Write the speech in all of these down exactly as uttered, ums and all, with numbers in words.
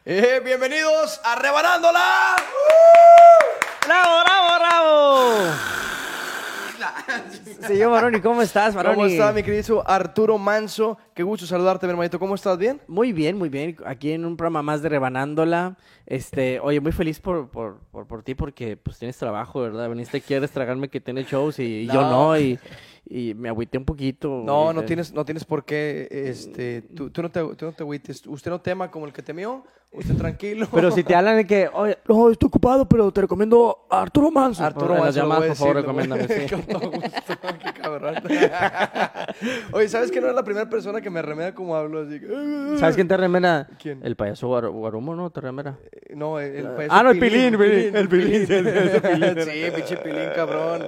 Eh, bienvenidos a Rebanándola. ¡Bravo, bravo, bravo! Señor Baroni, ¿cómo estás, Baroni? ¿Cómo está mi querido Arturo Manso? Qué gusto saludarte, mi hermanito. ¿Cómo estás? ¿Bien? Muy bien, muy bien. Aquí en un programa más de Rebanándola. Este, oye, muy feliz por, por, por, por ti porque pues tienes trabajo, ¿verdad? Veniste aquí a tragarme que tienes shows y No. yo no, y, y me agüité un poquito. No, y, no eh, tienes, no tienes por qué, este, tú, tú no te, tú no te agüites. Usted no tema como el que temió, usted tranquilo. Pero si te hablan de que, oye, no, estoy ocupado, pero te recomiendo a Arturo Manso. Arturo En Manso, las lo llamadas, voy a por favor, decir, lo voy a- recomiéndame, sí. Con todo gusto, qué cabrón. Oye, ¿sabes que no es la primera persona que me remeda como hablo? Así que... ¿Sabes quién te remera? ¿Quién? El payaso Guar- Guarumo, ¿no? ¿Te remera? No, el, el payaso Ah, no, el Pilín, Pilín, el Pilín, el payaso Pilín. Sí, pinche Pilín, cabrón.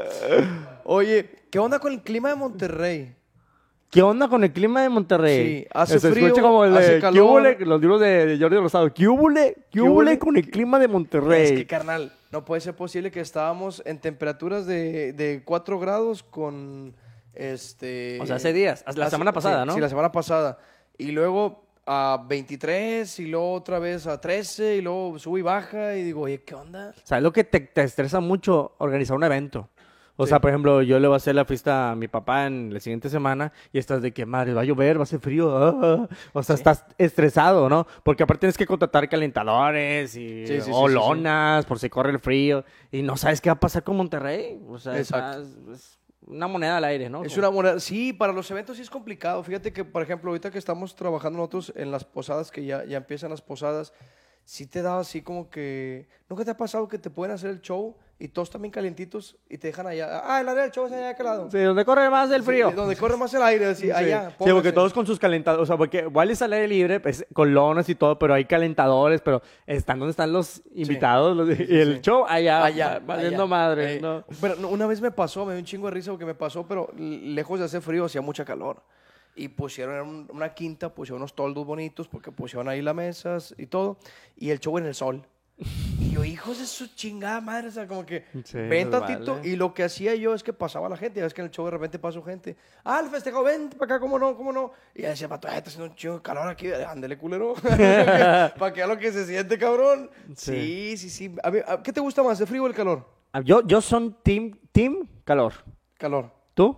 Oye, ¿qué onda con el clima de Monterrey? ¿Qué onda con el clima de Monterrey? Sí, hace Se frío, escucha como el hace de, calor. ¿qué hubole? Los libros de Jordi Rosado. ¿Qué hubole? ¿Qué ¿Qué hubole hubole? con el clima de Monterrey? Es que, carnal, no puede ser posible que estábamos en temperaturas de, de cuatro grados con, este... O sea, hace días, la hace- semana pasada, sí, ¿no? Sí, la semana pasada. Y luego a veintitrés, y luego otra vez a trece, y luego sube y baja, y digo, oye, ¿qué onda? ¿Sabes lo que te, te estresa mucho? Organizar un evento. O Sí. sea, por ejemplo, yo le voy a hacer la fiesta a mi papá en la siguiente semana y estás de que, madre, va a llover, va a hacer frío. ah, ah". O sea, Sí. estás estresado, ¿no? Porque aparte tienes que contratar calentadores y Sí, sí, sí, o sí, sí. lonas por si corre el frío y no sabes qué va a pasar con Monterrey. O sea, Exacto. estás- es una moneda al aire, ¿no? Es una moneda. Sí, para los eventos sí es complicado. Fíjate que, por ejemplo, ahorita que estamos trabajando nosotros en las posadas, que ya, ya empiezan las posadas, sí te da así como que... ¿Nunca te ha pasado que te pueden hacer el show y todos también calientitos y te dejan allá? Ah, el área del show es allá de aquel lado. Sí, donde corre más el frío. Sí, donde corre más el aire, así, Sí. allá. Sí, porque póngase. todos con sus calentadores, o sea, porque igual es al aire libre, pues, con lonas y todo, pero hay calentadores, pero están donde están los invitados, los- Sí, sí, y el sí. show allá, Allá, valiendo allá. madre, Eh, ¿no? Pero no, una vez me pasó, me dio un chingo de risa porque me pasó, pero l- lejos de hacer frío hacía mucha calor. Y pusieron en un- una quinta, pusieron unos toldos bonitos porque pusieron ahí las mesas y todo. Y el show en el sol. Y yo, hijos de su chingada madre, o sea, como que Sí, ven les tantito. vale. Y lo que hacía yo es que pasaba la gente. Ya ves que en el show de repente pasó gente. Ah, el festejo, ven para acá, cómo no, cómo no. Y ya decía, pato, está haciendo un chingo de calor aquí. Ándele, culero. Para que a lo que se siente, cabrón. Sí, sí, sí. A ver, ¿a- ¿qué te gusta más, el frío o el calor? Ah, Yo, yo son team, team calor. Calor. ¿Tú?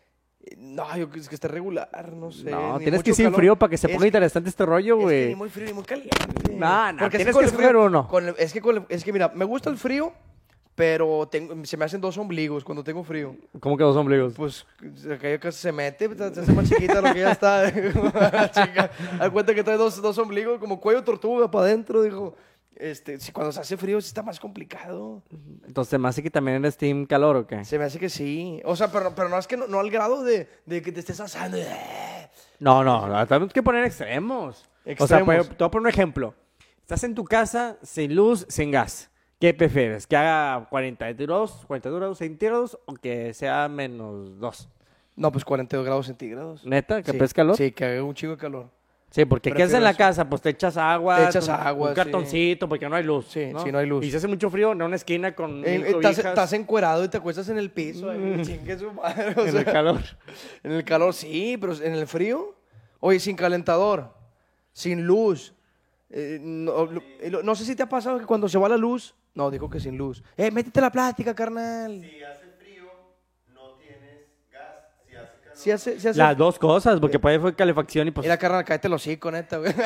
No, yo es que esté regular, no sé. No, ni tienes que mucho ir sin calor. frío para que se Es ponga interesante este rollo, Es que güey. ni muy frío ni muy caliente. No, no, Porque así tienes con que el frío- escoger uno. con el- es, que con el- es que mira, me gusta el frío, pero tengo- se me hacen dos ombligos cuando tengo frío. ¿Cómo que dos ombligos? Pues aquello que se mete, se se hace más chiquita lo que ya está. Chica, da cuenta que trae dos, dos ombligos, como cuello de tortuga para adentro, dijo. Este, si cuando se hace frío sí está más complicado. Entonces, ¿me hace que también eres team calor o qué? Se me hace que sí. O sea, pero, pero no es que no, no al grado de, de que te estés asando. No, no, no, tenemos que poner extremos. O sea, Extremos. pues, te voy a poner un ejemplo. Estás en tu casa sin luz, sin gas. ¿Qué prefieres? ¿Que haga cuarenta y dos, cuarenta y dos grados centígrados o que sea menos dos? No, pues cuarenta y dos grados centígrados. ¿Neta? ¿Que Sí, pes calor? Sí, que haga un chingo de calor. Sí, porque ¿qué haces en la Prefiero casa? Pues te echas agua. Te echas un- agua, Un sí. cartoncito, porque no hay luz. Sí, sí, no hay luz. Y si hace mucho frío, en una esquina con Eh, mil eh, Estás, cobijas, estás encuerado y te acuestas en el piso. ay, chingue su madre, o en sea, el calor. en el calor, sí, pero en el frío. Oye, sin calentador, sin luz. eh, no, lo- eh, lo- no sé si te ha pasado que cuando se va la luz. No, dijo que sin luz. Eh, métete la plática, carnal. Si hace frío, no tienes gas. Si hace calor, Si hace, si hace- Las dos cosas, porque puede fue calefacción y pues... Mira, carnal, cállate el hocico, neta, güey.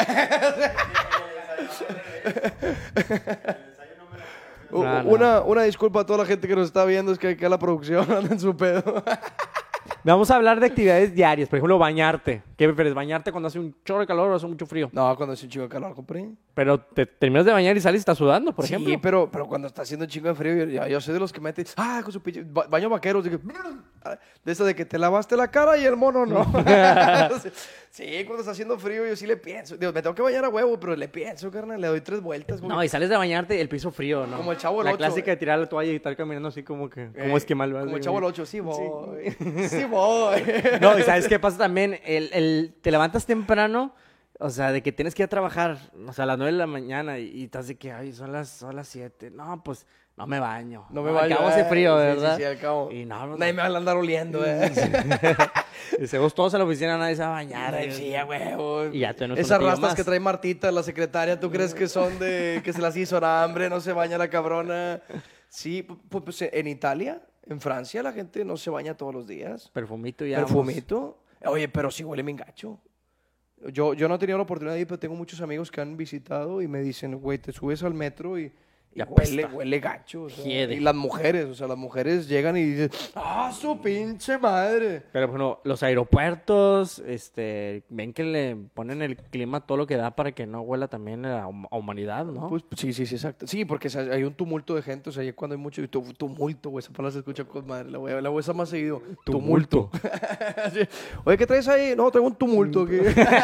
U- No, no. Una, una disculpa a toda la gente que nos está viendo, es que acá la producción anda en su pedo. Vamos a hablar de actividades diarias. Por ejemplo, bañarte. ¿Qué prefieres? ¿Bañarte cuando hace un chorro de calor o hace mucho frío? No, cuando hace un chingo de calor, compré. Pero te terminas de bañar y sales y estás sudando, por Sí, ejemplo. pero, pero cuando está haciendo un chingo de frío, yo, yo- yo soy de los que meten, ah, con su pinche, ba- baño vaqueros, de, que, de eso de que te lavaste la cara y el mono no. Sí, cuando está haciendo frío, yo sí le pienso. Digo, me tengo que bañar a huevo, pero le pienso, carnal, le doy tres vueltas. como No, y sales de bañarte y el piso frío, ¿no? Como el Chavo del La Ocho, clásica eh. de tirar la toalla y estar caminando así como que... Eh, ¿Cómo es que mal vas? Como el Así Chavo como- del Ocho, sí voy. Sí, voy. No, y ¿sabes qué pasa también? El, el, te levantas temprano, o sea, de que tienes que ir a trabajar, o sea, a las nueve de la mañana y, y estás de que, ay, son las, son las siete. No, pues, no me baño. No me baño. Al cabo hace eh. frío, Sí, ¿verdad? Sí, sí, al cabo. Y no, no, Nadie me va a andar oliendo, eh. Y según todos a la oficina nadie se va a bañar. Ay, sí, a huevo. Y ya tú no Esas rastas que trae Martita, la secretaria, ¿tú crees que son de que se las hizo hambre, no se baña la cabrona? Sí, pu- pues en Italia, en Francia, la gente no se baña todos los días. Perfumito y ya. Perfumito. Oye, pero sí huele bien gacho. Yo, yo no he tenido la oportunidad de ir, pero tengo muchos amigos que han visitado y me dicen, güey, te subes al metro y, y Y huele, apesta. huele gacho. O sea, Hiede. y las mujeres, o sea, las mujeres llegan y dicen, ¡ah, su pinche madre! Pero bueno, los aeropuertos, este, ven que le ponen el clima todo lo que da para que no huela también a, hum- a humanidad, ¿no? Pues sí, sí, sí, exacto. Sí, porque o sea, hay un tumulto de gente, o sea, ya cuando hay mucho tu- tumulto, güey, esa palabra se escucha con madre, la voy a la voy a usar más seguido. Tumulto. Sí. Oye, ¿qué traes ahí? No, traigo un tumulto aquí.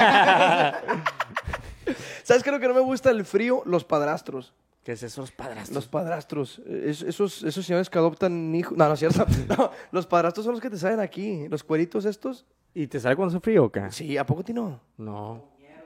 ¿Sabes qué es lo que no me gusta del frío? Los padrastros. ¿Qué es eso, los padrastros? Los padrastros. Es- esos, esos señores que adoptan hijos. No, no es cierto. No, los padrastros son los que te salen aquí. Los cueritos estos. ¿Y te sale cuando hace frío o qué? Sí, ¿a poco ti no? No.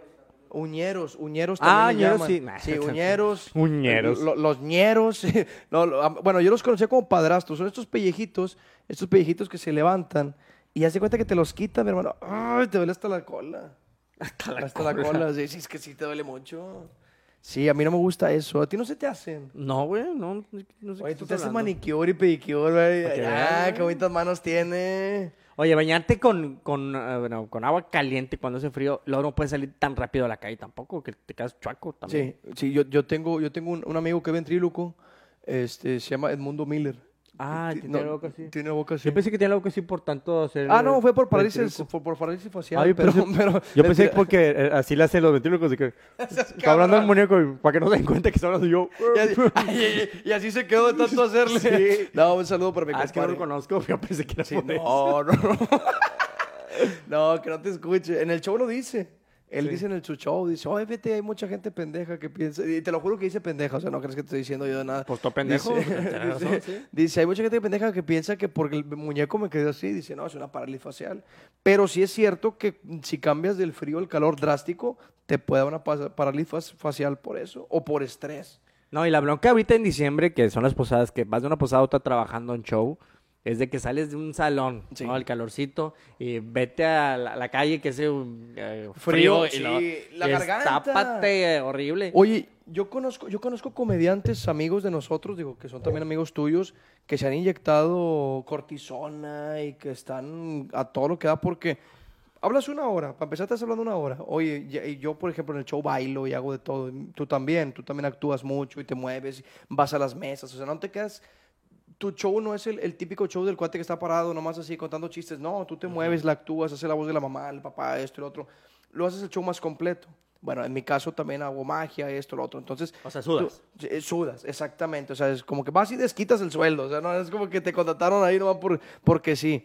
Uñeros, uñeros Ah, también le ñeros, llaman. sí. Nah. Sí, uñeros. Uñeros. Lo- los ñeros. No, lo- am- bueno, yo los conocía como padrastros. Son estos pellejitos, estos pellejitos que se levantan y haz de cuenta que te los quitan, mi hermano. Ay, te duele hasta la cola. Hasta la Hasta la cola. Sí, sí, es que sí te duele mucho. Sí, a mí no me gusta eso. ¿A ti no se te hacen? No, güey, no, no sé Oye, qué tú estás te haces hablando. manicure y pedicure, güey. Para que Ah, veas, qué bonitas manos tiene. Oye, bañarte con, con, eh, bueno, con agua caliente cuando hace frío, luego no puedes salir tan rápido a la calle tampoco, que te quedas chuaco también. Sí, sí, yo, yo tengo, yo tengo un, un amigo que es ventríloco, este, se llama Edmundo Miller. Ah, Ti- tiene no, la boca así. Tiene la boca así. Yo pensé que tenía algo así por tanto hacer... Ah, no, fue por parálisis, ventríloco. por, por parálisis facial. Ah, yo pero, pensé- pero- Yo pensé que porque eh, así le hacen los ventrílocos, de que está hablando el muñeco y para que no se den cuenta que está hablando yo. Y así, ay, y así se quedó de tanto hacerle. Sí. No, un saludo para mi Ah, es que no lo compadre. conozco, yo pensé que era Sí, por eso. no, no, no. No, que no te escuche. En el show lo dice. Él Sí. dice en el su show, dice, oye, vete, hay mucha gente pendeja que piensa, y te lo juro que dice pendeja, o sea, no crees que te estoy diciendo yo de nada. Pues todo pendejo. Dice, Tienes razón, dice, sí. dice, hay mucha gente pendeja que piensa que porque el muñeco me quedó así, dice, no, es una parálisis facial. Pero sí es cierto que si cambias del frío al calor drástico, te puede dar una pa- parálisis facial por eso, o por estrés. No, y la bronca ahorita en diciembre, que son las posadas, que vas de una posada a otra trabajando en show, es de que sales de un salón, Sí. ¿no? El calorcito, y vete a la, la calle que hace un eh, Frío, frío, y sí, luego la garganta. destápate, eh, horrible. Oye, yo conozco, yo conozco comediantes, amigos de nosotros, digo, que son también amigos tuyos, que se han inyectado cortisona y que están a todo lo que da porque hablas una hora, para empezar estás hablando una hora. Oye, ya- y yo, por ejemplo, en el show bailo y hago de todo. Tú también, tú también actúas mucho y te mueves, vas a las mesas, o sea, no te quedas... Tu show no es el, el típico show del cuate que está parado nomás así contando chistes. No, tú te mueves, la actúas, haces la voz de la mamá, el papá, esto y lo otro. Lo haces el show más completo. Bueno, en mi caso también hago magia, esto, lo otro. Entonces, O sea, sudas. tú- eh, sudas, exactamente. O sea, es como que vas y desquitas el sueldo. O sea, no es como que te contrataron ahí nomás por, porque sí.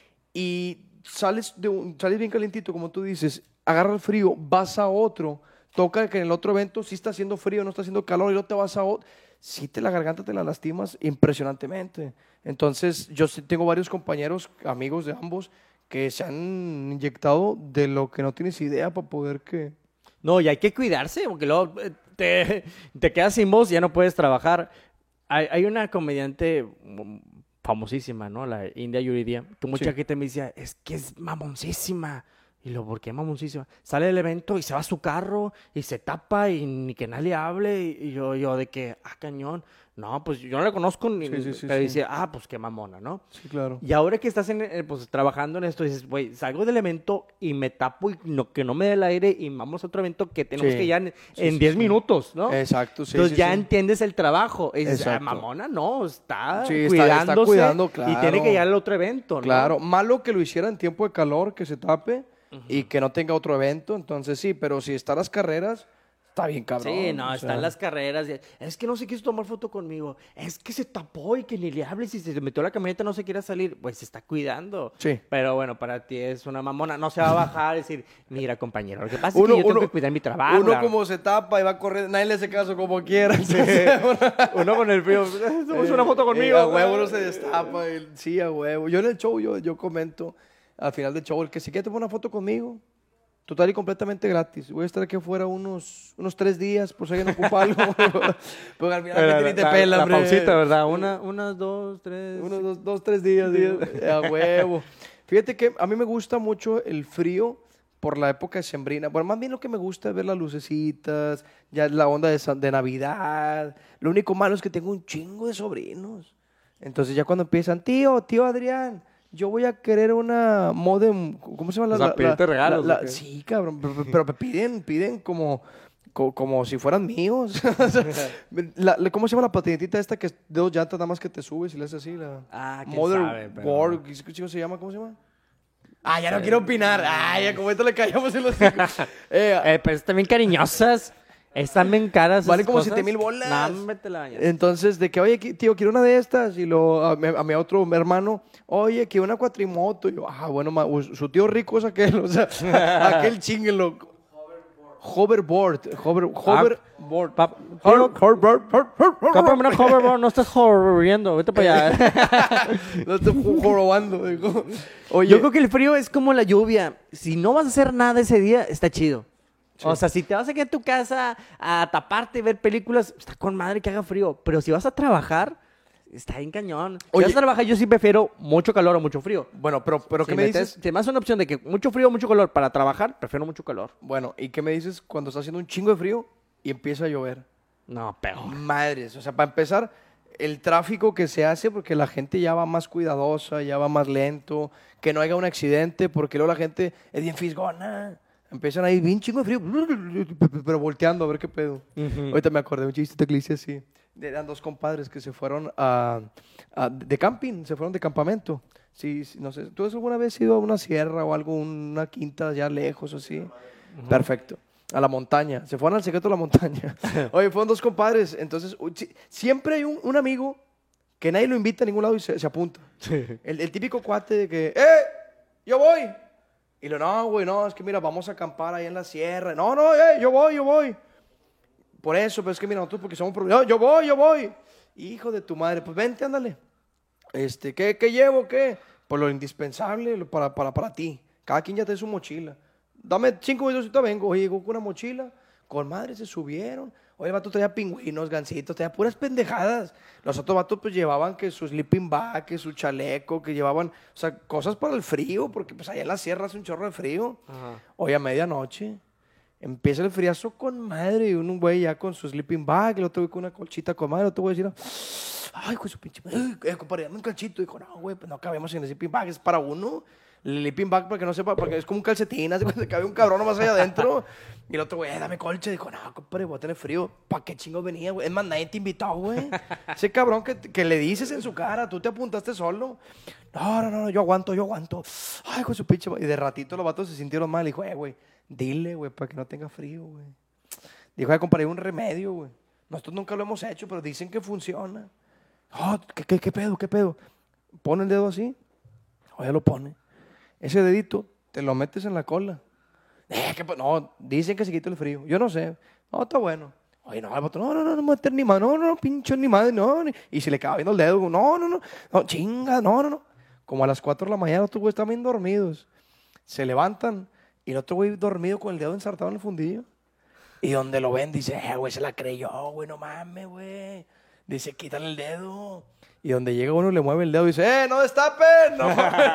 Y sales, de un- sales bien calientito, como tú dices, agarra el frío, vas a otro, toca que en el otro evento sí está haciendo frío, no está haciendo calor, y luego te vas a otro. Sí te la garganta te la lastimas impresionantemente. Entonces, yo sí tengo varios compañeros, amigos de ambos, que se han inyectado de lo que no tienes idea para poder que... No, y hay que cuidarse, porque luego eh, te, te quedas sin voz y ya no puedes trabajar. Hay, hay una comediante mm, famosísima, ¿no? La India Yuridia, que mucha Sí. gente me decía, es que es mamoncísima. Y lo, ¿por qué mamoncísima? Sale del evento y se va a su carro y se tapa y ni que nadie hable. Y, y yo, yo de que, ah, cañón. No, pues yo no la conozco, ni, Sí, sí, sí, pero sí. dice, ah, pues qué mamona, ¿no? Sí, claro. Y ahora que estás en, eh, pues, trabajando en esto, dices, güey, salgo del evento y me tapo y no, que no me dé el aire y vamos a otro evento que tenemos Sí. que ya en Sí, sí, diez sí. minutos, ¿no? Exacto, sí, Entonces sí, ya sí. entiendes el trabajo. Y dices, ah, Exacto. mamona, no, está Sí, está- está cuidándose cuidando, y tiene claro. que llegar al otro evento, ¿no? Claro, malo que lo hiciera en tiempo de calor, que se tape y que no tenga otro evento, entonces sí, pero si está las carreras, está bien cabrón. Sí, no, o están sea. las carreras. y, Es que no se quiso tomar foto conmigo. Es que se tapó y que ni le hables y se metió a la camioneta no se quiere salir. Pues se está cuidando. Sí. Pero bueno, para ti es una mamona. No se va a bajar y decir, mira, compañero, lo que pasa Uno- es que yo tengo uno- que cuidar mi trabajo. Uno la- como se tapa y va a correr, nadie le hace caso como quiera. entonces, Uno con el frío. Hacemos una foto eh, conmigo. a huevo uno se destapa. y- sí, a huevo. Yo en el show, yo, yo comento al final del show, el que si quiere tomar una foto conmigo, total y completamente gratis. Voy a estar aquí afuera unos, unos tres días por si alguien ocupa algo. Porque al final la gente ni te la, pela, la hombre. pausita, ¿verdad? Una, unas, dos, tres. Unos dos, dos, tres días, días, a huevo. Fíjate que a mí me gusta mucho el frío por la época de sembrina. Bueno, más bien lo que me gusta es ver las lucecitas, ya la onda de, San- de Navidad. Lo único malo es que tengo un chingo de sobrinos. Entonces ya cuando empiezan, tío, tío Adrián, yo voy a querer una modem, ¿cómo se llama? La, O sea, la- pedirte la- regalos, la- ¿o qué? sí, cabrón, pero, pero me piden, piden como, co- como si fueran míos. O sea, la- la- ¿cómo se llama la patinetita esta que es de dos llantas nada más que te subes y le haces así? La Ah, quién Mother sabe, pero- Board, ¿qué chico se llama? ¿Cómo se llama? Ah, ya no quiero opinar. Ah, ya como esto le callamos en los hijos. Eh, Eh, pero están bien cariñosas. Están bien caras. Valen esas como cosas. siete mil bolas. No, hombre, te la bañas. Entonces, de que, oye, qui- tío, quiero una de estas. Y luego a, mi a mi otro hermano, oye, quiero una cuatrimoto. Y yo, ah, bueno, ma- u- su tío rico es aquel. O sea, aquel chinguelo. Hoverboard. Hover, hoverboard. Pa- Hover- tío, hoverboard, hover- cómprame una hoverboard, no estás hoverboardiendo, vete para allá. No estoy jo- jorobando. digo. Oye, Yo creo que el frío es como la lluvia. Si no vas a hacer nada ese día, está chido. O sea, si te vas a quedar en tu casa a taparte y ver películas, está con madre que haga frío. Pero si vas a trabajar, está bien cañón. Si Oye. vas a trabajar, yo sí prefiero mucho calor o mucho frío. bueno, pero, pero Si ¿qué me metes- dices? Si me das una opción de que mucho frío o mucho calor para trabajar, prefiero mucho calor. Bueno, ¿y qué me dices cuando está haciendo un chingo de frío y empieza a llover? No, peor. Madres, o sea, para empezar, el tráfico que se hace porque la gente ya va más cuidadosa, ya va más lento, que no haya un accidente porque luego la gente es bien fisgona. Empiezan ahí bien chingo de frío, pero volteando a ver qué pedo. Ahorita me acordé de un chiste que le hice así. Eran dos compadres que se fueron a, a- de camping, se fueron de campamento. Sí, sí, no sé, ¿tú has alguna vez ido a una sierra o algo, una quinta ya lejos así? Perfecto. A la montaña, se fueron al secreto de la montaña. Oye, fueron dos compadres, entonces uy, sí, siempre hay un, un amigo que nadie lo invita a ningún lado y se, se apunta. El, el típico cuate de que, ¡eh! ¡Yo voy! Y lo, no, güey, no, es que mira, vamos a acampar ahí en la sierra. No, no, eh, yo voy, yo voy. Por eso, pero es que mira, nosotros porque somos... pro- Yo, yo voy, yo voy. Hijo de tu madre, pues vente, ándale. Este, ¿qué, qué llevo, qué? Pues lo indispensable lo- para, para, para ti. Cada quien ya tiene su mochila. Dame cinco minutos y te vengo. Oye, llegó con una mochila. Con madre se subieron. Oye, el vato traía pingüinos, gancitos, traía puras pendejadas. Los otros vatos pues llevaban que su sleeping bag, que su chaleco, que llevaban, o sea, cosas para el frío, porque pues allá en la sierra hace un chorro de frío. Ajá. Hoy a medianoche empieza el friazo con madre y un güey ya con su sleeping bag, el otro güey con una colchita con madre, el otro güey decir, ay, con su pinche madre, ay, eh, compadre, dame un calchito. Dijo, no, güey, pues no cabemos en el sleeping bag, es para uno. El sleeping bag, para que no sepa, porque es como un calcetín, hace cuenta que cabe un cabrón nomás allá adentro. Y el otro güey, eh, dame colcha. Dijo, no, compadre, voy a tener frío. ¿Para qué chingo venía, güey? Es más, nadie te invitó, güey. Ese cabrón que, que le dices en su cara, tú te apuntaste solo. No, no, no, yo aguanto, yo aguanto. Ay, con su pinche. ma- Y de ratito los vatos se sintieron mal. Dijo, eh, güey, dile, güey, para que no tenga frío, güey. Dijo, ya compré un remedio, güey. Nosotros nunca lo hemos hecho, pero dicen que funciona. Oh, ¿qué, qué, qué pedo, qué pedo? Pone el dedo así. Oye, lo pone. Ese dedito te lo metes en la cola. Eh, ¿qué pa- no, dicen que se quita el frío. Yo no sé. No, está bueno. Oye, no, el vato, no, no, no, no me meter ni madre. No, no, no, pincho ni madre, no. ni- Y se le acaba viendo el dedo. No, no, no. No, chinga, no, no, no. Como a las cuatro de la mañana, otros güeyes están bien dormidos. Se levantan y el otro güey dormido con el dedo ensartado en el fundillo. Y donde lo ven, dice, eh, güey, se la creyó, güey, no mames, güey. Dice, quítale el dedo. Y donde llega uno le mueve el dedo y dice, ¡eh, no destapen! No mames.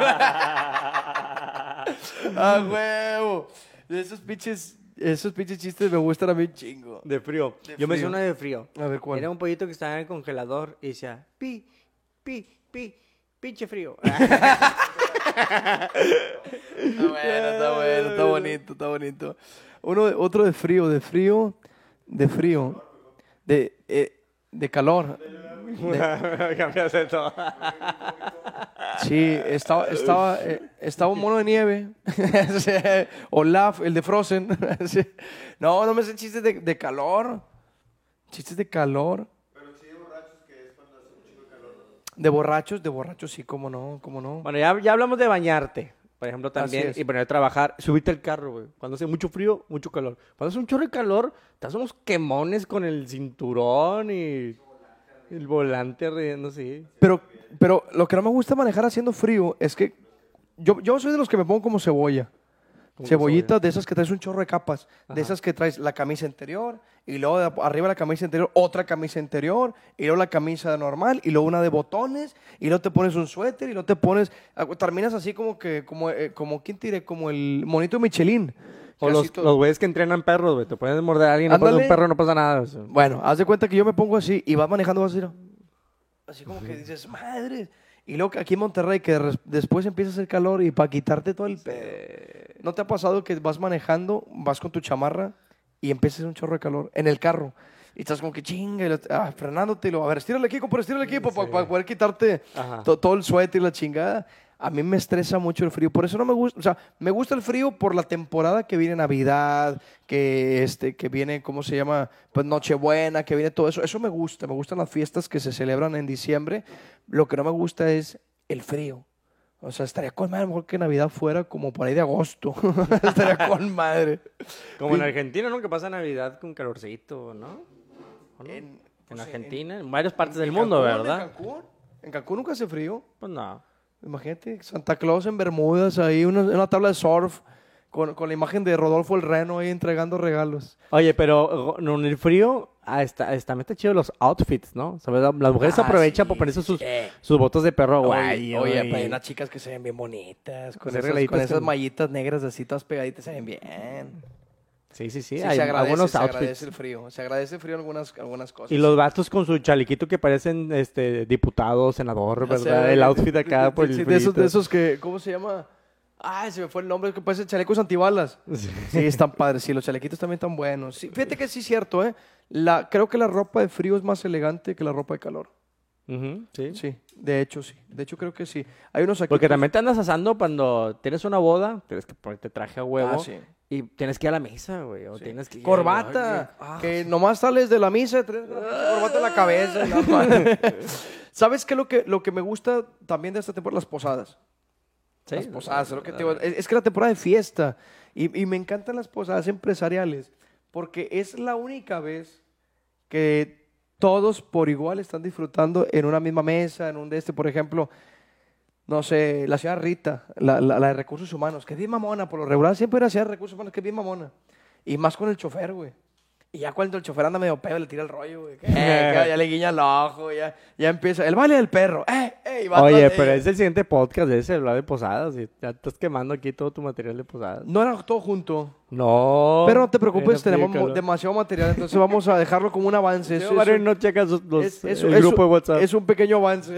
¡Ah, huevo! Esos pinches, esos pinches chistes me gustan a mí un chingo. De frío. De Yo me hice frío. una de frío. A ver, ¿cuál? Era un pollito que estaba en el congelador y decía, pi, pi, pi, pinche frío. Está bueno, está bueno, está bonito, está bonito. Uno, de- otro de frío, de frío, de frío, de, eh, de calor. Cambiaste todo. Sí, estaba, estaba, eh, estaba un mono de nieve. Sí, Olaf, el de Frozen. Sí. No, no me sé chistes de, de calor. Chistes de calor. Pero sí de borrachos, que es cuando hace un chico de calor, ¿no? De borrachos, de borrachos, sí, cómo no, cómo no. Bueno, ya, ya hablamos de bañarte, por ejemplo, también. es. Y poner a trabajar, subirte al carro, güey. Cuando hace mucho frío, mucho calor. Cuando hace un chorro de calor, te haces unos quemones con el cinturón y el volante riendo, sí. Pero, pero lo que no me gusta manejar haciendo frío es que yo, yo soy de los que me pongo como cebolla. ¿Cómo Cebollitas de esas que traes un chorro de capas. Ajá. De esas que traes la camisa interior y luego de arriba de la camisa interior otra camisa interior y luego la camisa normal y luego una de botones y luego te pones un suéter y luego te pones... ah, terminas así como que... Como, eh, como ¿quién te diré? Como el monito de Michelin. O Que los, así to- los güeyes que entrenan perros, güey. Te pueden morder a alguien, no pasa Ándale. un perro, no pasa nada. O sea. Bueno, haz de cuenta que yo me pongo así y vas manejando, vas a ir así como que dices, madre. Y luego que aquí en Monterrey, que res- después empieza a hacer calor y para quitarte todo el pedo. ¿No te ha pasado que vas manejando, vas con tu chamarra y empieza a hacer un chorro de calor en el carro? Y estás como que chinga, y lo- ah, frenándote y lo, a ver, estira el equipo, pero estira el equipo para poder quitarte Ajá. to- todo el suéter y la chingada. A mí me estresa mucho el frío, por eso no me gusta, o sea, me gusta el frío por la temporada que viene Navidad, que este, que viene, ¿cómo se llama? Pues Nochebuena, que viene todo eso, eso me gusta, me gustan las fiestas que se celebran en diciembre, lo que no me gusta es el frío. O sea, estaría con madre, mejor que Navidad fuera como por ahí de agosto, estaría con madre. Como en Argentina, ¿no? Que pasa Navidad con calorcito, ¿no? ¿O no? En, En pues, Argentina, en, varias partes del en mundo, Cancún, ¿verdad? En Cancún, en Cancún nunca hace frío. Pues no. Imagínate, Santa Claus en Bermudas, ahí una, una tabla de surf, con, con la imagen de Rodolfo el Reno ahí entregando regalos. Oye, pero no, en el frío ah, está, está, está chido los outfits, ¿no? ¿Sabes? Las mujeres Ah, aprovechan sí, por ponerse sus, sí. sus botas de perro, güey. Oye, oye, pero hay unas chicas que se ven bien bonitas, con, Hacer esas, regalitos con esas en- mallitas negras así, todas pegaditas, se ven bien. Sí, sí, sí. Sí, hay se agradece, algunos se outfits. agradece el frío, se agradece el frío en algunas, algunas cosas. Y los vatos con su chalequito que parecen este, diputado, senador, O ¿verdad? sea, el de- outfit de- acá de- por el sí, frío. de esos, de esos que, ¿cómo se llama? Ay, se me fue el nombre, que parecen chalecos antibalas. Sí, están padres, sí, los chalequitos también están buenos. Sí, fíjate que sí es cierto, ¿eh? La, creo que la ropa de frío es más elegante que la ropa de calor. Ujú, sí. Sí, de hecho sí, de hecho creo que sí. Hay unos aquí... Porque que- también te andas asando cuando tienes una boda, tienes que ponerte traje a huevo Ah, sí. y tienes que ir a la misa, güey. O Sí. tienes que ir- Corbata, Ah, que nomás sales de la misa, traes una pinche corbata en la cabeza. y la madre. ¿Sabes qué es lo que, lo que me gusta también de esta temporada? Las posadas. sí. Las posadas, es lo que te digo. Es, es que la temporada de fiesta. Y, y me encantan las posadas empresariales. Porque es la única vez que todos por igual están disfrutando en una misma mesa, en un de este, por ejemplo, no sé, la señora Rita, la, la, la de recursos humanos, que es bien mamona, por lo regular siempre era la señora de recursos humanos, que es bien mamona. Y más con el chofer, güey. Y ya cuando el chofer anda medio pedo, le tira el rollo, güey. que, eh, que ya le guiña el ojo, ya, ya empieza. El baile del perro. ¡Eh! ¡Eh! y va Oye, atrás de pero ella. es el siguiente podcast de ese, hablar de posadas. Y ya estás quemando aquí todo tu material de posadas. No era todo junto. No. Pero no te preocupes, Era tenemos mo- explícalo. demasiado material, entonces vamos a dejarlo como un avance. Sí, Es- es Mario, un- no checas los, los- es- es- el es grupo un- de WhatsApp. Es un pequeño avance.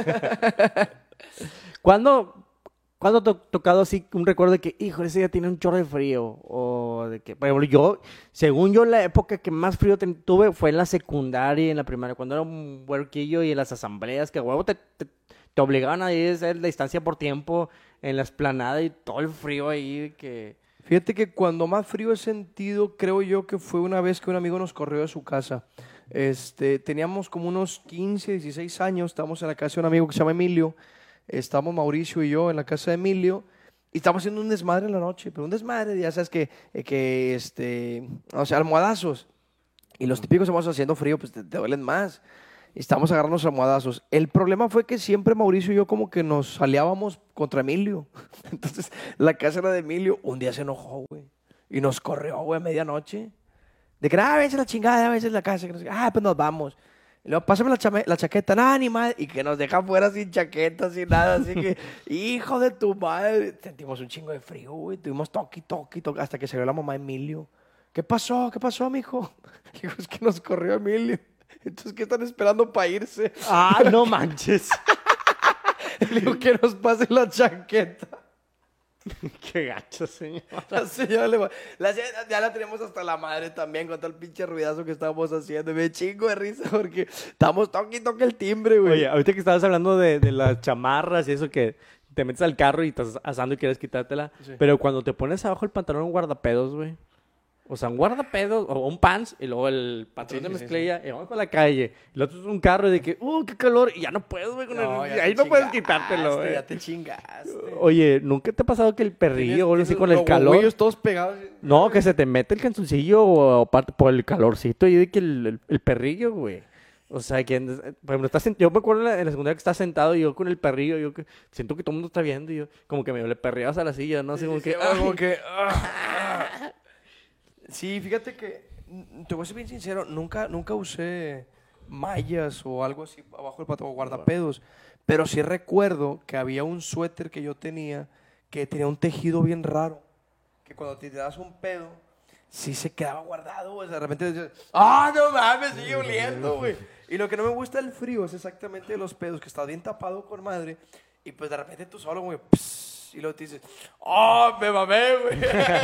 ¿Cuándo, ¿cuándo te ha tocado así un recuerdo de que, hijo, ese día tiene un chorro de frío? O de que, por ejemplo, yo, según yo, la época que más frío ten- tuve fue en la secundaria y en la primaria, cuando era un huerquillo y en las asambleas, que a huevo te, te, te obligaban a ir a hacer la distancia por tiempo en la esplanada y todo el frío ahí, de que... Fíjate que cuando más frío he sentido, creo yo que fue una vez que un amigo nos corrió de su casa. Este, teníamos como unos quince, dieciséis años, estábamos en la casa de un amigo que se llama Emilio. Estábamos Mauricio y yo en la casa de Emilio y estábamos haciendo un desmadre en la noche, pero un desmadre, ya sabes que, eh, que este, o sea, almohadazos. Y los típicos estamos haciendo frío, pues te, te duelen más. Y estábamos agarrando los almohadazos. El problema fue que siempre Mauricio y yo como que nos aliábamos contra Emilio. Entonces, la casa era de Emilio. Un día se enojó, güey. Y nos corrió, güey, a medianoche. De que, ah, a veces la chingada, a veces la casa. Que no sé qué. Ah, pues nos vamos. Y luego, pásame la, chame- la chaqueta. Nada, ni madre. Y que nos deja fuera sin chaqueta, sin nada. Así que, hijo de tu madre. Sentimos un chingo de frío, güey. Tuvimos toqui, toqui, toqui. Hasta que se vio la mamá de Emilio. ¿Qué pasó? ¿Qué pasó, mijo? Le digo, es que nos corrió Emilio. Entonces, ¿qué están esperando para irse? ¡Ah, no manches! Le digo, que nos pase la chaqueta. ¡Qué gacho, señor! La señora le va- la señora ya la tenemos hasta la madre también con todo el pinche ruidazo que estábamos haciendo. Y me chingo de risa porque estamos toque y toque el timbre, güey. Oye, ahorita que estabas hablando de, de las chamarras y eso que te metes al carro y estás asando y quieres quitártela, Sí. pero cuando te pones abajo el pantalón un guardapedos, güey. O sea, un guardapedos o un pants y luego el pantalón Sí, de sí, mezclilla y vamos para la calle. Y el otro es un carro y de que, ¡uh, qué calor! Y ya no puedes, güey. con No, el- ya ahí te no puedes chingaste, quitártelo, güey. Ya te chingaste. Oye, ¿nunca te ha pasado que el perrillo o algo así con el Los calor? huevos todos pegados. No, que se te mete el calzoncillo o aparte por el calorcito y de que el, el, el perrillo, güey. O sea, que, por ejemplo, estás en- yo me acuerdo en la, en la secundaria que estás sentado y yo con el perrillo, yo que siento que todo el mundo está viendo y yo como que medio le perreabas a la silla, no sé, como Sí, que... sí, ay. como que, ah, ah. Sí, fíjate que, mm, te voy a ser bien sincero, nunca, nunca usé mallas o algo así abajo del pantalón, o guardapedos, pero sí recuerdo que había un suéter que yo tenía que tenía un tejido bien raro, que cuando te tirabas un pedo, sí se quedaba guardado, güey. O sea, de repente decías, ¡ah, no mames, sigue oliendo, güey! Y lo que no me gusta del frío es exactamente de los pedos, que estás bien tapado con madre, y pues de repente tú solo, güey, pss, y luego te dices, ¡ah, me mamé, güey!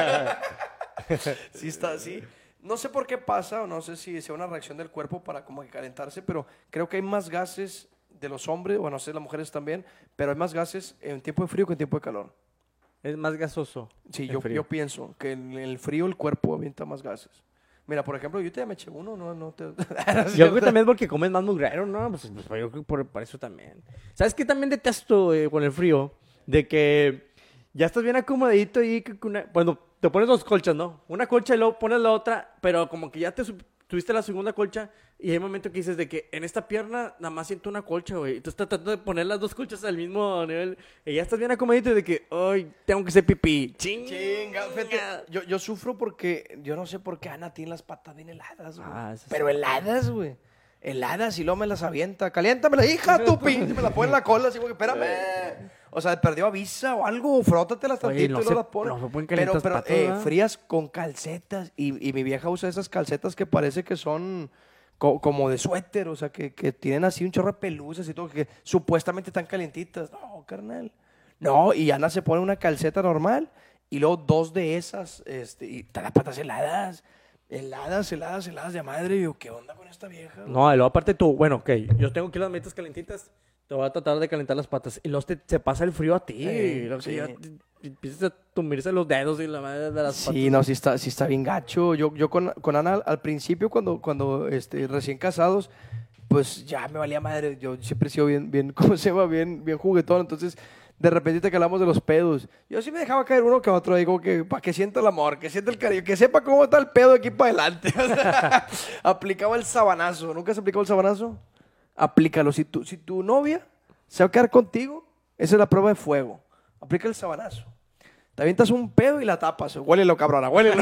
Sí está así. No sé por qué pasa, o no sé si sea una reacción del cuerpo para como que calentarse, pero creo que hay más gases de los hombres, o no sé, las mujeres también, pero hay más gases en tiempo de frío que en tiempo de calor. Es más gasoso. Sí, el yo, frío. yo pienso que en el frío el cuerpo avienta más gases. Mira, por ejemplo, yo te ya me eché uno, no, no te... ¿No es Yo creo que cierto? también es porque comes más mugrero, ¿no? Pues, pues, yo creo que por, por eso también. ¿Sabes qué también detesto eh, con el frío? De que ya estás bien acomodadito y que una... Bueno, te pones dos colchas, ¿no? Una colcha y luego pones la otra, pero como que ya te sub- tuviste la segunda colcha y hay un momento que dices de que en esta pierna nada más siento una colcha, güey. Y tú estás tratando de poner las dos colchas al mismo nivel y ya estás bien acomodadito y de que, ay, tengo que hacer pipí. Chinga. Chinga, fíjate, yo, yo sufro porque, yo no sé por qué Ana tiene las patas bien heladas, güey. Ah, eso sí. Pero heladas, güey. Heladas y luego me las avienta. Caliéntamela, hija, tu pinche. Me la pone en la cola, así, güey, espérame. O sea, perdió avisa o algo, frótatelas Oye, tantito no y se- luego las pone. no se pueden pero, calientar pero las patas, eh, ¿verdad? frías con calcetas. Y, y mi vieja usa esas calcetas que parece que son co- como de suéter, o sea, que, que tienen así un chorro de pelusas y todo, que supuestamente están calientitas. No, carnal. No, y Ana se pone una calceta normal y luego dos de esas, este, y están las patas heladas. Heladas, heladas, heladas de madre. Y yo, ¿qué onda con esta vieja? güey? No, y luego aparte tú, bueno, ok, yo tengo aquí las metas calentitas, te voy a tratar de calentar las patas. Y luego te, se pasa el frío a ti. Eh, y luego que sí. ya te- te empiezas a tumirse los dedos y la madre de las patas. Sí, no, sí está, sí está bien gacho. Yo, yo con, con Ana al, al principio, cuando, cuando este, recién casados, pues ya me valía madre. Yo siempre he sido bien, bien, ¿cómo se llama? Bien, bien juguetón. Entonces, de repente te calamos de los pedos. Yo sí me dejaba caer uno que otro. Digo que para que sienta el amor, que sienta el cariño, que sepa cómo está el pedo aquí para adelante. O sea, aplicaba el sabanazo. ¿Nunca has aplicado el sabanazo? Aplícalo. Si tu, si tu novia se va a quedar contigo, esa es la prueba de fuego. Aplica el sabanazo. Te avientas un pedo y la tapas. Huélelo, cabrona, huélelo.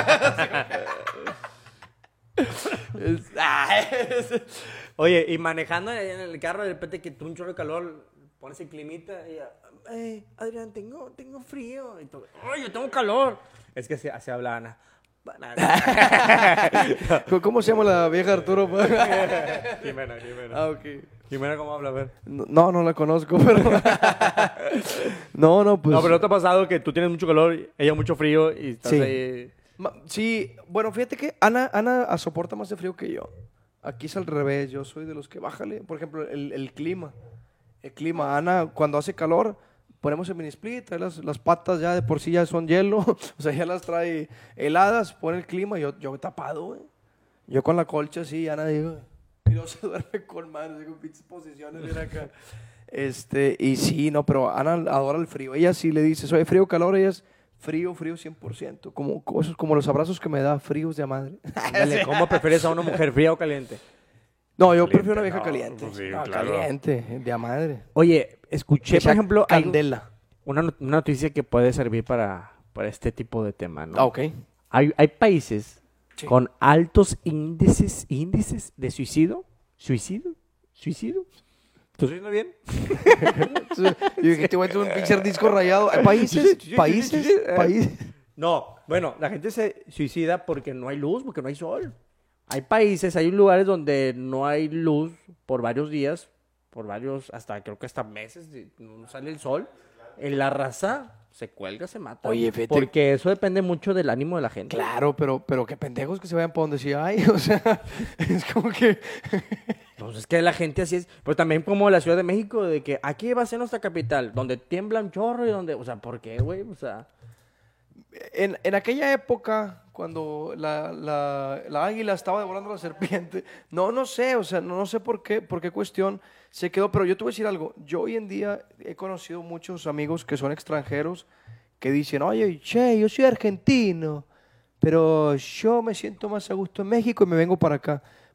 Es- ay, es- Oye, y manejando ahí en el carro, de repente que tú un chorro de calor, pones el climita y ya, "Ey, Adrián, tengo, tengo frío. Y tú, ¡ay, yo tengo calor! Es que así, así habla Ana. ¿Cómo se llama la vieja Arturo? Jimena, Jimena. Ah, ok. Jimena, ¿cómo habla? A ver. No, no la conozco, pero... No, no, pues... No, pero ¿no te ha pasado que tú tienes mucho calor, ella mucho frío y estás Sí. ahí? Ma- Sí, bueno, fíjate que Ana, Ana ah, soporta más de frío que yo. Aquí es al revés, yo soy de los que bájale. Por ejemplo, el, el clima. El clima, Ana, cuando hace calor, ponemos el mini split, trae las, las patas ya de por sí ya son hielo, o sea, ya las trae heladas, pone el clima, yo, yo tapado, güey. Yo con la colcha así, Ana digo, y luego se duerme con manos, digo, pinches posiciones, bien acá. Este, y sí, no, pero Ana adora el frío. Ella sí le dice, soy frío, calor, ella es frío, frío cien por ciento. Como, como, esos- como los abrazos que me da, fríos de madre. Ándale, ¿cómo prefieres a una mujer fría o caliente? No, yo Caliente, prefiero una vieja no, caliente. pues sí, No, claro. caliente, de a madre. Oye, escuché, Que por sea ejemplo, hay candela. una, not- una noticia que puede servir para, para este tipo de tema, ¿no? Ah, ok. Hay, hay países Sí. con altos índices, índices de suicidio. ¿Suicidio? ¿Suicidio? ¿Estoy diciendo bien? Yo dije, te voy a hacer un pinche disco rayado. ¿Hay países? Sí, sí, sí, ¿Países? sí, sí, eh. ¿Países? No, bueno, la gente se suicida porque no hay luz, porque no hay sol. Hay países, hay lugares donde no hay luz por varios días, por varios, hasta creo que hasta meses, y no sale el sol. En la raza se cuelga, se mata. Oye, fíjate- Porque eso depende mucho del ánimo de la gente. Claro, pero, pero qué pendejos que se vayan para donde sí hay. O sea, es como que... Pues es que la gente así es. Pero también como la Ciudad de México, de que aquí va a ser nuestra capital, donde tiembla un chorro y donde, o sea, ¿por qué, güey? O sea, En, en aquella época, cuando la, la, la águila estaba devorando a la serpiente, no, no sé, o sea, no, no sé por qué, por qué cuestión se quedó, pero yo te voy a decir algo. Yo hoy en día he conocido muchos amigos que son extranjeros que dicen, oye, che, yo soy argentino, pero yo me siento más a gusto en México y me vengo para acá.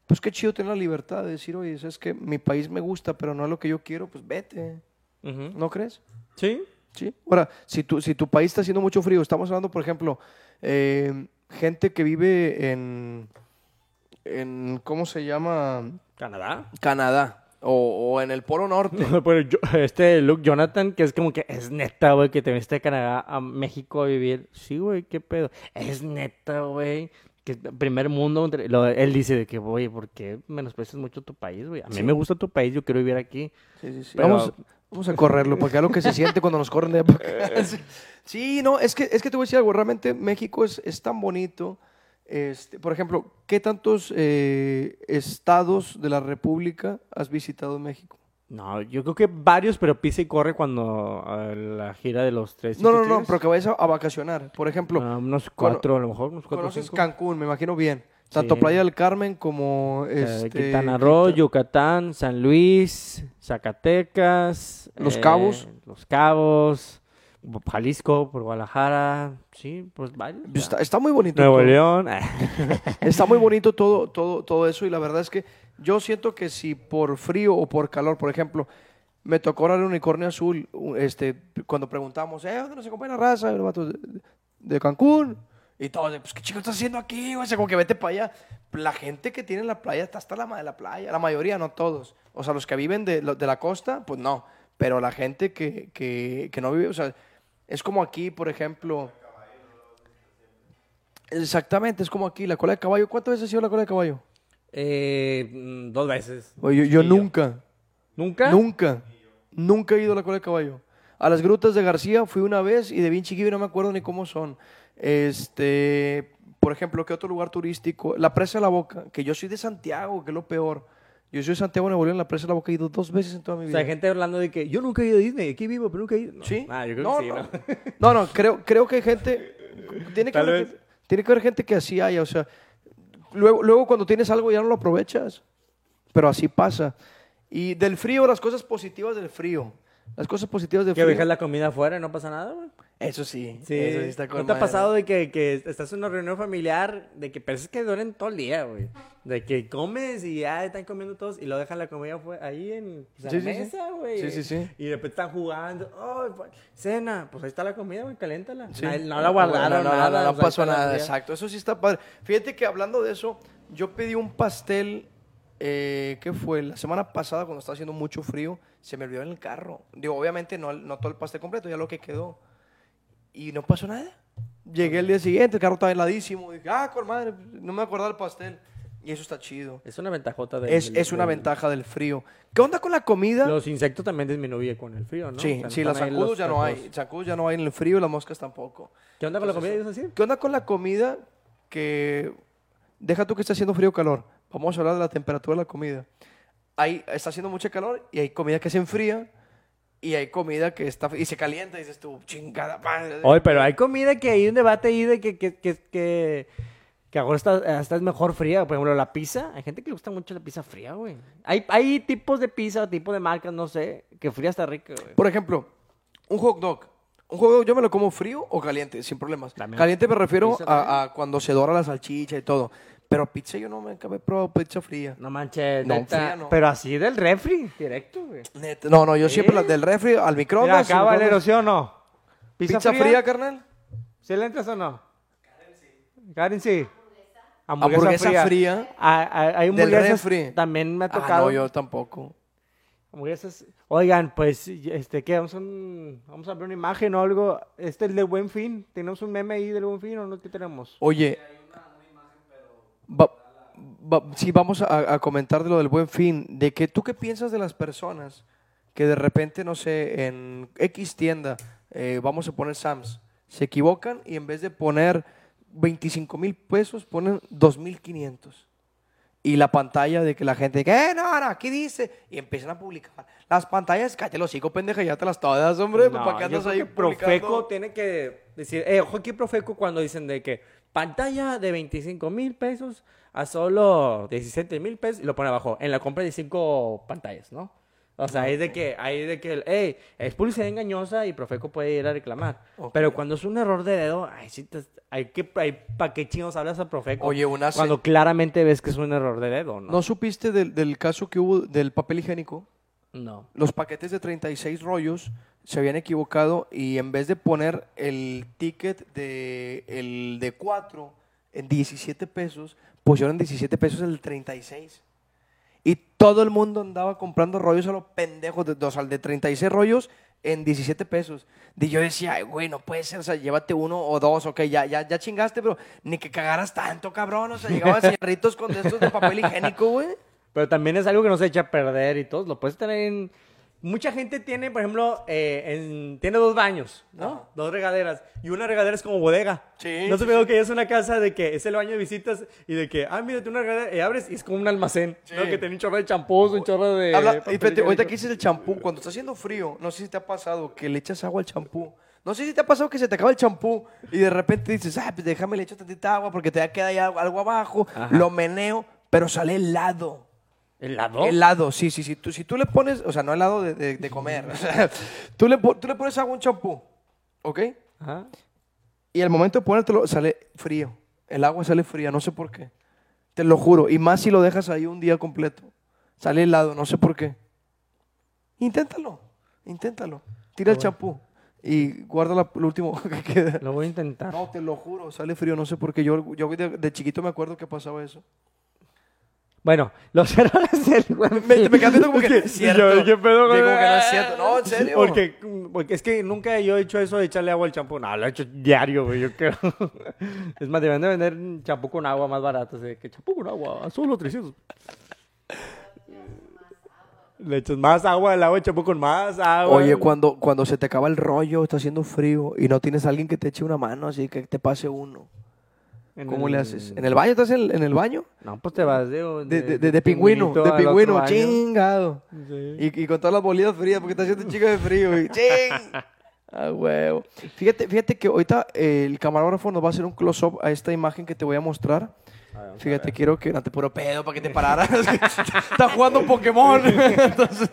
pues qué chido tener la libertad de decir, oye, es que mi país me gusta, pero no es lo que yo quiero, pues vete. Ujú. ¿No crees? Sí. Sí. Ahora, si tu, si tu país está haciendo mucho frío, estamos hablando, por ejemplo, eh, gente que vive en, en, ¿cómo se llama? ¿Canadá? Canadá o, o en el Polo Norte. Pero yo- este Luke Jonathan, que es como que es neta, güey, que te viniste de Canadá a México a vivir. Sí, güey, qué pedo. Es neta, güey. Que primer mundo, entre- lo- él dice de que, güey, ¿por qué menosprecias mucho tu país, güey? A mí Sí. me gusta tu país, yo quiero vivir aquí. Sí, sí, sí. Pero- Vamos, vamos a correrlo, porque es lo que se siente cuando nos corren de allá para acá. Sí. Sí, no, es que, es que te voy a decir algo. Realmente México es, es tan bonito. Este, por ejemplo, ¿qué tantos eh, estados de la República has visitado en México? No, yo creo que varios, pero pisa y corre cuando a la gira de los tres. No, no, no, Chiquitigres. pero que vayas a, a vacacionar. Por ejemplo, Ah, unos cono- cuatro, a lo mejor, unos cuatro o conoces cinco. Cancún, me imagino bien. Tanto Sí. Playa del Carmen como Eh, este, Quintana Roo, Quinta- Yucatán, San Luis, Zacatecas. Los eh, Cabos. Los Cabos, Jalisco, por Guadalajara. Sí, pues varios. Pues Está, ya. está muy bonito. Nuevo todo. León. Está muy bonito todo, todo, todo eso y la verdad es que yo siento que si por frío o por calor, por ejemplo, me tocó ahora el unicornio azul, u- este, cuando preguntamos, ¿eh, dónde nos acompaña la raza? Y los vatos, de, de Cancún. Y todos, de, pues, ¿qué chico estás haciendo aquí? O sea, como que vete para allá. La gente que tiene la playa está hasta la ma- de la playa, la mayoría, no todos. O sea, los que viven de, lo- de la costa, pues no. Pero la gente que, que, que no vive, o sea, es como aquí, por ejemplo. Exactamente, es como aquí, la cola de caballo. ¿Cuántas veces has ido a la cola de caballo? Eh, mm, dos veces. Oye, yo, yo Sí, nunca, ¿Nunca? nunca, nunca he ido a la cola de caballo. A las grutas de García fui una vez y de bien chiquillo no me acuerdo ni cómo son. Este, por ejemplo, ¿qué otro lugar turístico? La Presa de la Boca, que yo soy de Santiago, que es lo peor. Yo soy de Santiago de Nuevo León, la Presa de la Boca he ido dos veces en toda mi O vida. sea, hay gente hablando de que yo nunca he ido a Disney, aquí vivo, pero nunca he ido. No. ¿Sí? Ah, yo creo no, que sí, no. ¿no? No, no, creo, creo que hay gente. Tiene que, Tal haber, vez. tiene que haber gente que así haya. O sea, luego, luego cuando tienes algo ya no lo aprovechas. Pero así pasa. Y del frío, las cosas positivas del frío. Las cosas positivas del Que frío. dejas la comida afuera y no pasa nada, güey. Eso sí. Sí. Eso sí está con ¿No te ha madre. pasado de que, que estás en una reunión familiar de que parece que duelen todo el día, güey? De que comes y ya están comiendo todos y lo dejan la comida fue- ahí en, pues, en Sí, la sí, sí. mesa, güey. Sí, sí, sí. Y después están jugando. Oh, pues, cena. Pues ahí está la comida, güey, caléntala. Sí. No, no la guardaron, no, no, no, nada. no, no o sea, pasó ahí está la nada, comida. exacto. Eso sí está padre. Fíjate que hablando de eso, yo pedí un pastel, eh, ¿qué fue? La semana pasada, cuando estaba haciendo mucho frío, se me olvidó en el carro. Digo, obviamente no, no todo el pastel completo, ya lo que quedó. Y no pasó nada. Llegué el día siguiente, el carro estaba heladísimo. Dije, ah, con madre, no me acordaba del pastel. Y eso está chido. Es una ventajota del, Es, del- es una del- ventaja del frío. ¿Qué onda con la comida? Los insectos también disminuyen con el frío, ¿no? sí, O sea, sí, están los ahí zancudos los ya no tacos. hay. Zancudos ya no hay en el frío y las moscas tampoco. ¿Qué onda con la Entonces, comida? ¿Ibas a decir? ¿Qué onda con la comida que... Deja tú que esté haciendo frío o calor. Vamos a hablar de la temperatura de la comida. Hay, está haciendo mucho calor y hay comida que se enfría y hay comida que está... Y se calienta y dices tú, chingada madre. Oye, pero hay comida que hay un debate ahí de que, que, que, que, que ahora está, hasta es mejor fría. Por ejemplo, la pizza. Hay gente que le gusta mucho la pizza fría, güey. Hay, hay tipos de pizza, tipos de marcas, no sé, que fría está rica, güey. Por ejemplo, un hot dog. Un hot dog yo me lo como frío o caliente, sin problemas. También. Caliente me refiero Pizza también. a, a cuando se dora la salchicha y todo. Pero pizza yo no me he probado pizza fría. No manches, No, neta. fría no. Pero así del refri, directo, güey. Neta, no, no, yo ¿Sí? siempre las del refri al Mira, microondas. acá, sin Valero, microondas. ¿sí o no? ¿Pizza, fría? carnal? ¿Sí le entras o no? Karen, sí. Hamburguesa fría. Ah, ah, hay Del hamburguesas. refri. También me ha Ah, tocado. no, yo tampoco. Hamburguesas. Oigan, pues, este, ¿qué? Vamos a, un- vamos a ver una imagen o algo. Este es el de Buen Fin. ¿Tenemos un meme ahí del Buen Fin o no? ¿Qué tenemos? Oye. Va- va- sí, vamos a, a comentar de lo del Buen Fin. De que tú qué piensas de las personas que de repente, no sé, en X tienda, eh, vamos a poner Sam's, se equivocan y en vez de poner veinticinco mil pesos, ponen dos mil quinientos. Y la pantalla de que la gente, ¿qué? No, no, aquí dice. Y empiezan a publicar. Las pantallas, cállate los hocico, pendeja, ya te las todas, hombre. No, ¿Para qué yo andas creo ahí que Profeco publicando? tiene que decir, eh, ojo aquí Profeco cuando dicen de que pantalla de veinticinco mil pesos a solo diecisiete mil pesos y lo pone abajo, en la compra de cinco pantallas, ¿no? O sea, hay de que, hay de que, hey, es publicidad engañosa y Profeco puede ir a reclamar. Ok. Pero cuando es un error de dedo, ay, sí te- hay que, hay, ¿para qué chingos hablas a Profeco? Oye, una se- Cuando claramente ves que es un error de dedo, ¿no? ¿No supiste del, del caso que hubo del papel higiénico? No. Los paquetes de treinta y seis rollos se habían equivocado y en vez de poner el ticket de el de cuatro en diecisiete pesos, pusieron en diecisiete pesos el treinta y seis. Y todo el mundo andaba comprando rollos a los pendejos, de, o sea, el de treinta y seis rollos en diecisiete pesos. Y yo decía, ay, güey, no puede ser, o sea, llévate uno o dos, ok, ya, ya, ya chingaste, pero ni que cagaras tanto, cabrón. O sea, llegaban cigarritos con de estos de papel higiénico, güey. Pero también es algo que no se echa a perder y todo. Lo puedes tener en... Mucha gente tiene, por ejemplo, eh, en- tiene dos baños, ¿no? Ajá. Dos regaderas. Y una regadera es como bodega. Sí, ¿No te sí, veo sí. que es una casa de que es el baño de visitas y de que, ah, mírate una regadera y abres y es como un almacén, ¿no? Sí. Que tiene un chorro de champús, un chorro de... Habla, y papel espérate, ahorita higiénico. que dices el champú, cuando está haciendo frío, no sé si te ha pasado que le echas agua al champú. No sé si te ha pasado que se te acaba el champú y de repente dices, ah, pues déjame le echo tantita agua porque te queda ahí algo, algo abajo, Ajá. lo meneo, pero sale helado. ¿Helado? Helado, sí, sí, sí. Tú, si tú le pones, o sea, no helado de, de- de comer, o sea, tú le, po- tú le pones agua a un champú, ¿ok? Ajá. Y al momento de ponértelo sale frío. El agua sale fría, no sé por qué. Te lo juro. Y más si lo dejas ahí un día completo. Sale helado, no sé por qué. Inténtalo, inténtalo. Tira el bueno. champú y guarda la- lo último que queda. Lo voy a intentar. No, te lo juro, sale frío, no sé por qué. Yo, yo de, de chiquito me acuerdo que pasaba eso. Bueno, los errores del Buen Me, Fin. me quedé viendo como que, Es cierto. yo, ¿qué pedo, Digo güey? que no es cierto. No, en serio. Porque, porque es que nunca yo he hecho eso de echarle agua al champú. No, lo he hecho diario, güey, yo creo. Es más, deben de vender champú con agua más barato. O sea, que champú con agua, solo trescientos. Le echas más agua al agua, champú con más agua. Oye, cuando, cuando se te acaba el rollo, está haciendo frío y no tienes a alguien que te eche una mano, así que te pase uno. En ¿Cómo el- le haces? ¿En el baño? ¿Estás en, en el baño? No, pues te vas de... De, de, de- de pingüino, de al otro pingüino, baño. chingado. Sí. Y, y con todas las bolitas frías, porque está haciendo un chico de frío. Y ching. Ah, huevo. Fíjate, fíjate que ahorita eh, el camarógrafo nos va a hacer un close-up a esta imagen que te voy a mostrar. A ver, vamos a Fíjate, ver. quiero que no te puro pedo para que te pararas. Está jugando Pokémon. Entonces,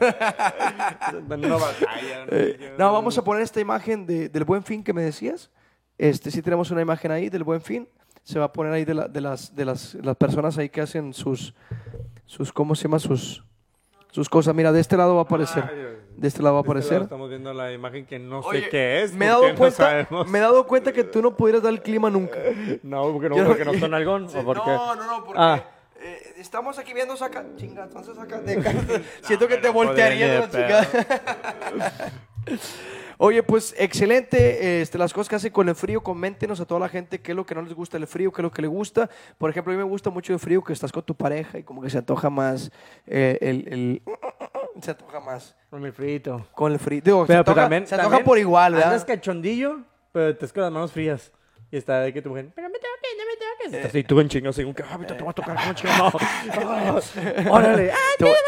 Dan una batalla, eh, no, vamos a poner esta imagen de- del Buen Fin que me decías. Este, sí tenemos una imagen ahí del Buen Fin. Se va a poner ahí de, la- de las, de las, las personas ahí que hacen sus, sus, ¿cómo se llama? Sus, sus cosas. Mira, de este lado va a aparecer. Ay, Dios. De este lado va a De este lado aparecer. estamos viendo la imagen que no Oye, sé qué es. Me he, porque dado no cuenta, sabemos. me he dado cuenta que tú no pudieras dar el clima nunca. No, porque no, Yo- porque no son algón. Sí, ¿O porque... No, no, no, porque Ah. eh, estamos aquí viendo saca. Chinga, entonces saca. De, siento que te no voltearía de podría la ni de chingada. Oye, pues excelente. Este, las cosas que hacen con el frío, coméntenos a toda la gente qué es lo que no les gusta del frío, qué es lo que le gusta. Por ejemplo, a mí me gusta mucho el frío que estás con tu pareja y como que se antoja más eh, el, el- se antoja más Con el frito. con el frío. Digo, se Pero, antoja, pero también, se antoja también por igual, ¿verdad? Andas cachondillo, pero estás con las manos frías. Y está de que tu mujer, pero me toques, no me toques. Estás así tú en chingados, según que, ah, ahorita te voy a tocar, no, chingados, no. Ah, órale, ah, Te- tiene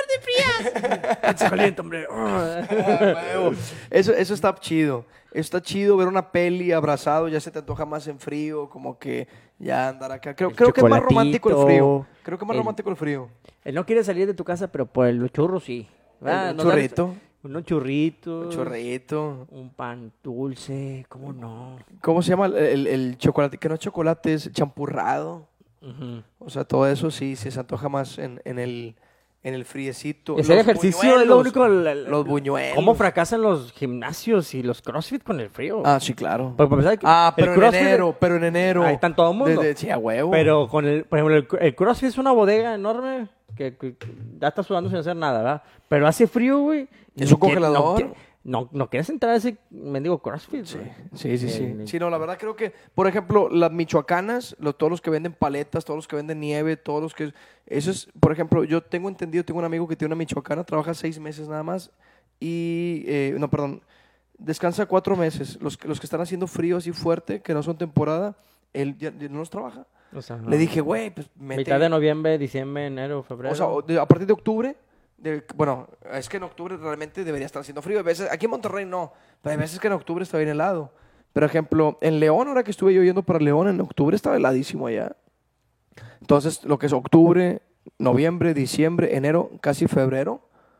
parte frías. Se calienta, hombre. Ah. Ah, huevo. Eso, eso está chido. Está chido ver una peli abrazado, ya se te antoja más en frío, como que ya andar acá. Creo, El creo que es más romántico el frío. chocolatito, Creo que es más el- romántico el frío. Él no quiere salir de tu casa, pero por el churro sí. ¿verdad? Un ¿No sabes? churrito, Unos churritos. un chorrito. Un pan dulce, ¿cómo no? ¿Cómo se llama el, el- el chocolate? Que no es chocolate, es champurrado. Ujú. O sea, todo eso sí, sí se antoja más en, en el, en el friecito. Hacer Los ejercicio es lo buñuelos, único. el- el- Los buñuelos. ¿Cómo fracasan los gimnasios y los crossfit con el frío? Ah, sí, claro. Porque, para empezar, Ah, el pero en CrossFit- enero, pero en enero. Ahí está todo el mundo. De- de- sí, a huevo. Pero con el, por ejemplo, el, el CrossFit es una bodega enorme que, que ya está sudando sin hacer nada, ¿verdad? Pero hace frío, güey. Es un Ni que- congelador. No, que- no, no quieres entrar a ese mendigo CrossFit, Sí, güey. sí, sí, sí. El- Sí, no, la verdad creo que, por ejemplo, las michoacanas, lo- todos los que venden paletas, todos los que venden nieve, todos los que... Eso es, por ejemplo, yo tengo entendido, tengo un amigo que tiene una michoacana, trabaja seis meses nada más y... eh, no, perdón, descansa cuatro meses. Los, que- los que están haciendo frío así fuerte, que no son temporada, él ya, ya no los trabaja. O sea, Le dije, güey, pues mete... mitad de noviembre, diciembre, enero, febrero. O sea, o de- a partir de octubre, de- bueno, es que en octubre realmente debería estar haciendo frío. A veces, aquí en Monterrey no, pero hay veces que en octubre está bien helado. Por ejemplo, en León, ahora que estuve yo yendo para León, en octubre estaba heladísimo allá. Entonces, lo que es octubre, noviembre, diciembre, enero, casi febrero,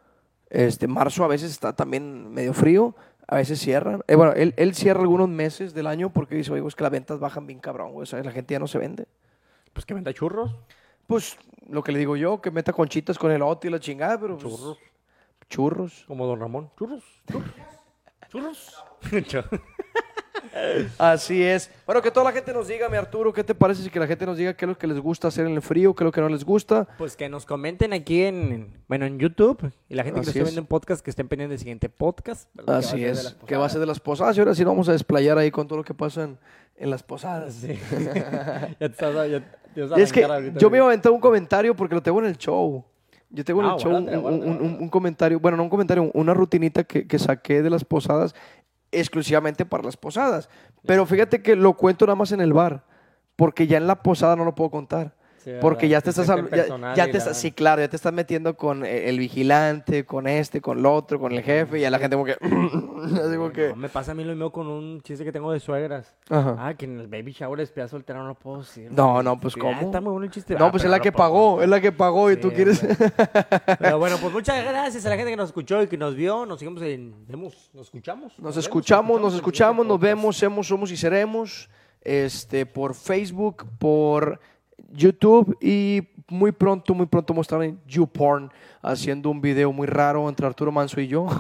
Este, marzo a veces está también medio frío, a veces cierran. Eh, bueno, él, él cierra algunos meses del año porque dice, oye, es que las ventas bajan bien cabrón, güey. O sea, la gente ya no se vende. Pues que venda churros. Pues lo que le digo yo, que meta conchitas con elote y la chingada, pero pues, Churros. churros. Como Don Ramón. Churros. Churros. Churros. Así es. Bueno, que toda la gente nos diga, mi Arturo, ¿qué te parece si que la gente nos diga qué es lo que les gusta hacer en el frío, qué es lo que no les gusta? Pues que nos comenten aquí en, bueno, en YouTube. Y la gente que Así lo esté es. viendo en podcast, que estén pendientes del siguiente podcast. ¿verdad? Así Que va a ser de es, las que va a ser posadas. de las posadas y ahora sí nos vamos a desplayar ahí con todo lo que pasa en, en las posadas. Sí. ya te estás, ya, te vas a Y es que arrancar ahorita, yo me güey. iba a aventar un comentario porque lo tengo en el show. Yo tengo en Ah, el show guárdatela, un, guárdatela, un- un- guárdatela. un comentario, bueno, no un comentario, una rutinita que, que saqué de las posadas exclusivamente para las posadas. Pero fíjate que lo cuento nada más en el bar, porque ya en la posada no lo puedo contar. Sí, Porque ya ¿verdad? te Sí, estás, gente habl- ya, personal ya y te la- estás, sí, claro, ya te estás metiendo con eh, el vigilante, con este, con el otro, con el jefe, y a la gente como que, así como que, No, me pasa a mí lo mismo con un chiste que tengo de suegras. ajá. Ah, que en el baby shower despedida soltera no lo puedo decir. No, güey. no, pues, Sí, ¿cómo? ah, está muy bueno el chiste. No, Ah, pues es pero la no que lo puedo pagó, contar. es la que pagó y Sí, tú quieres. hombre. Pero bueno, pues muchas gracias a la gente que nos escuchó y que nos vio. Nos seguimos en. Vemos, nos escuchamos. Nos vemos, escuchamos, nos en el escuchamos, siguiente nos podcast. vemos, somos, somos y seremos. Este, por Facebook, por YouTube y muy pronto, muy pronto vamos a estar en YouPorn haciendo un video muy raro entre Arturo Manso y yo.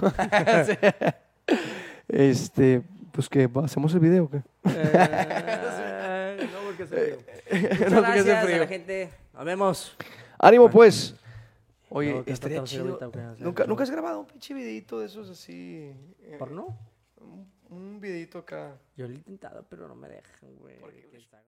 Este, pues que hacemos el video, o ¿qué? Eh, no, porque se frío. Muchas No, porque hace gracias a frío. la gente. Nos vemos. Ánimo pues. Oye, No, ¿qué estaría tratamos de chido. ahorita, o qué? O sea, ¿Nunca, no. ¿Nunca has grabado un pinche videito de esos así? eh, ¿Por no? Un, un videito acá. Yo lo he intentado, pero no me dejan, güey.